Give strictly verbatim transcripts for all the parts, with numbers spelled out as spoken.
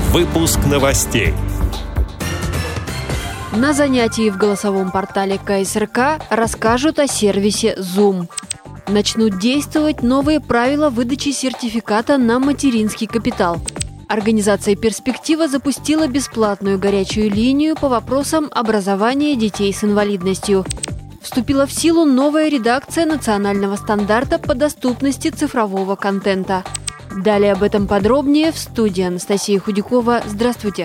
Выпуск новостей. На занятии в голосовом портале ка эс эр ка расскажут о сервисе Zoom. Начнут действовать новые правила выдачи сертификата на материнский капитал. Организация «Перспектива» запустила бесплатную горячую линию по вопросам образования детей с инвалидностью. Вступила в силу новая редакция национального стандарта по доступности цифрового контента. Далее об этом подробнее в студии Анастасия Худякова. Здравствуйте!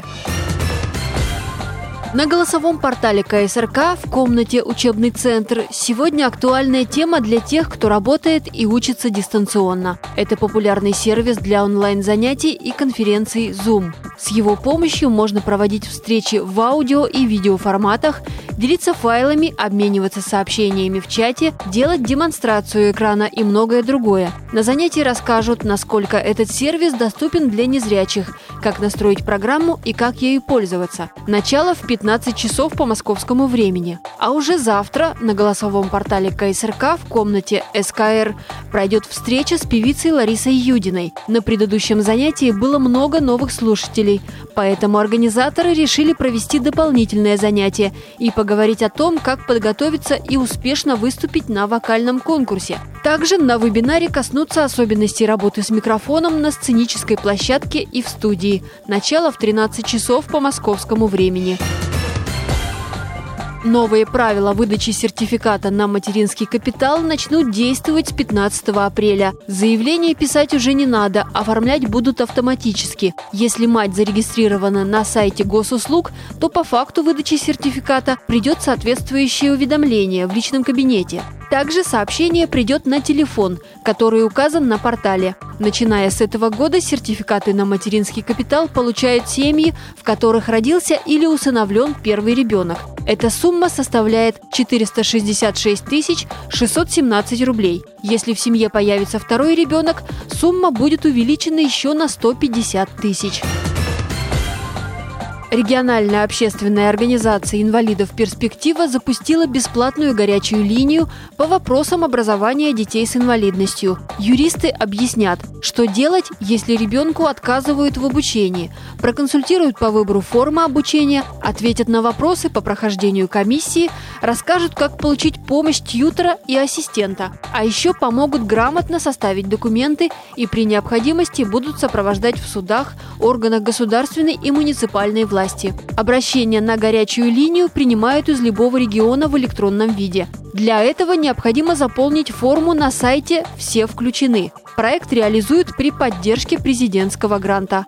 На голосовом портале ка эс эр ка в комнате «Учебный центр» сегодня актуальная тема для тех, кто работает и учится дистанционно. Это популярный сервис для онлайн-занятий и конференций Zoom. С его помощью можно проводить встречи в аудио и видеоформатах, делиться файлами, обмениваться сообщениями в чате, делать демонстрацию экрана и многое другое. На занятии расскажут, насколько этот сервис доступен для незрячих, как настроить программу и как ею пользоваться. Начало в пятнадцать часов по московскому времени. А уже завтра на голосовом портале ка эс эр ка в комнате эс ка эр пройдет встреча с певицей Ларисой Юдиной. На предыдущем занятии было много новых слушателей, поэтому организаторы решили провести дополнительное занятие и поговорить о том, как подготовиться и успешно выступить на вокальном конкурсе. Также на вебинаре коснутся особенностей работы с микрофоном на сценической площадке и в студии. Начало в тринадцать часов по московскому времени. Новые правила выдачи сертификата на материнский капитал начнут действовать с пятнадцатого апреля. Заявление писать уже не надо, оформлять будут автоматически. Если мать зарегистрирована на сайте госуслуг, то по факту выдачи сертификата придет соответствующее уведомление в личном кабинете. Также сообщение придет на телефон, который указан на портале. Начиная с этого года сертификаты на материнский капитал получают семьи, в которых родился или усыновлен первый ребенок. Эта сумма составляет четыреста шестьдесят шесть тысяч шестьсот семнадцать рублей. Если в семье появится второй ребенок, сумма будет увеличена еще на сто пятьдесят тысяч. Региональная общественная организация инвалидов «Перспектива» запустила бесплатную горячую линию по вопросам образования детей с инвалидностью. Юристы объяснят, что делать, если ребенку отказывают в обучении, проконсультируют по выбору формы обучения, ответят на вопросы по прохождению комиссии, расскажут, как получить помощь тьютора и ассистента. А еще помогут грамотно составить документы и при необходимости будут сопровождать в судах, органах государственной и муниципальной власти. Обращения на горячую линию принимают из любого региона в электронном виде. Для этого необходимо заполнить форму на сайте «Все включены». Проект реализуют при поддержке президентского гранта.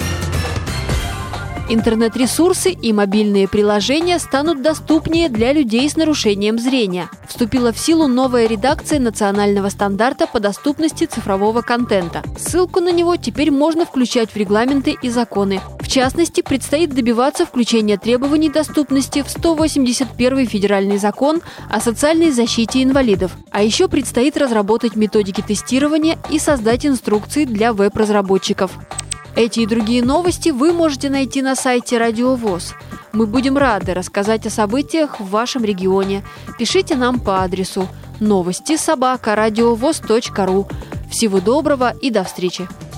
Интернет-ресурсы и мобильные приложения станут доступнее для людей с нарушением зрения. Вступила в силу новая редакция национального стандарта по доступности цифрового контента. Ссылку на него теперь можно включать в регламенты и законы. В частности, предстоит добиваться включения требований доступности в сто восемьдесят первый федеральный закон о социальной защите инвалидов. А еще предстоит разработать методики тестирования и создать инструкции для веб-разработчиков. Эти и другие новости вы можете найти на сайте Радио ВОС. Мы будем рады рассказать о событиях в вашем регионе. Пишите нам по адресу новости собака радиовос точка ру. Всего доброго и до встречи!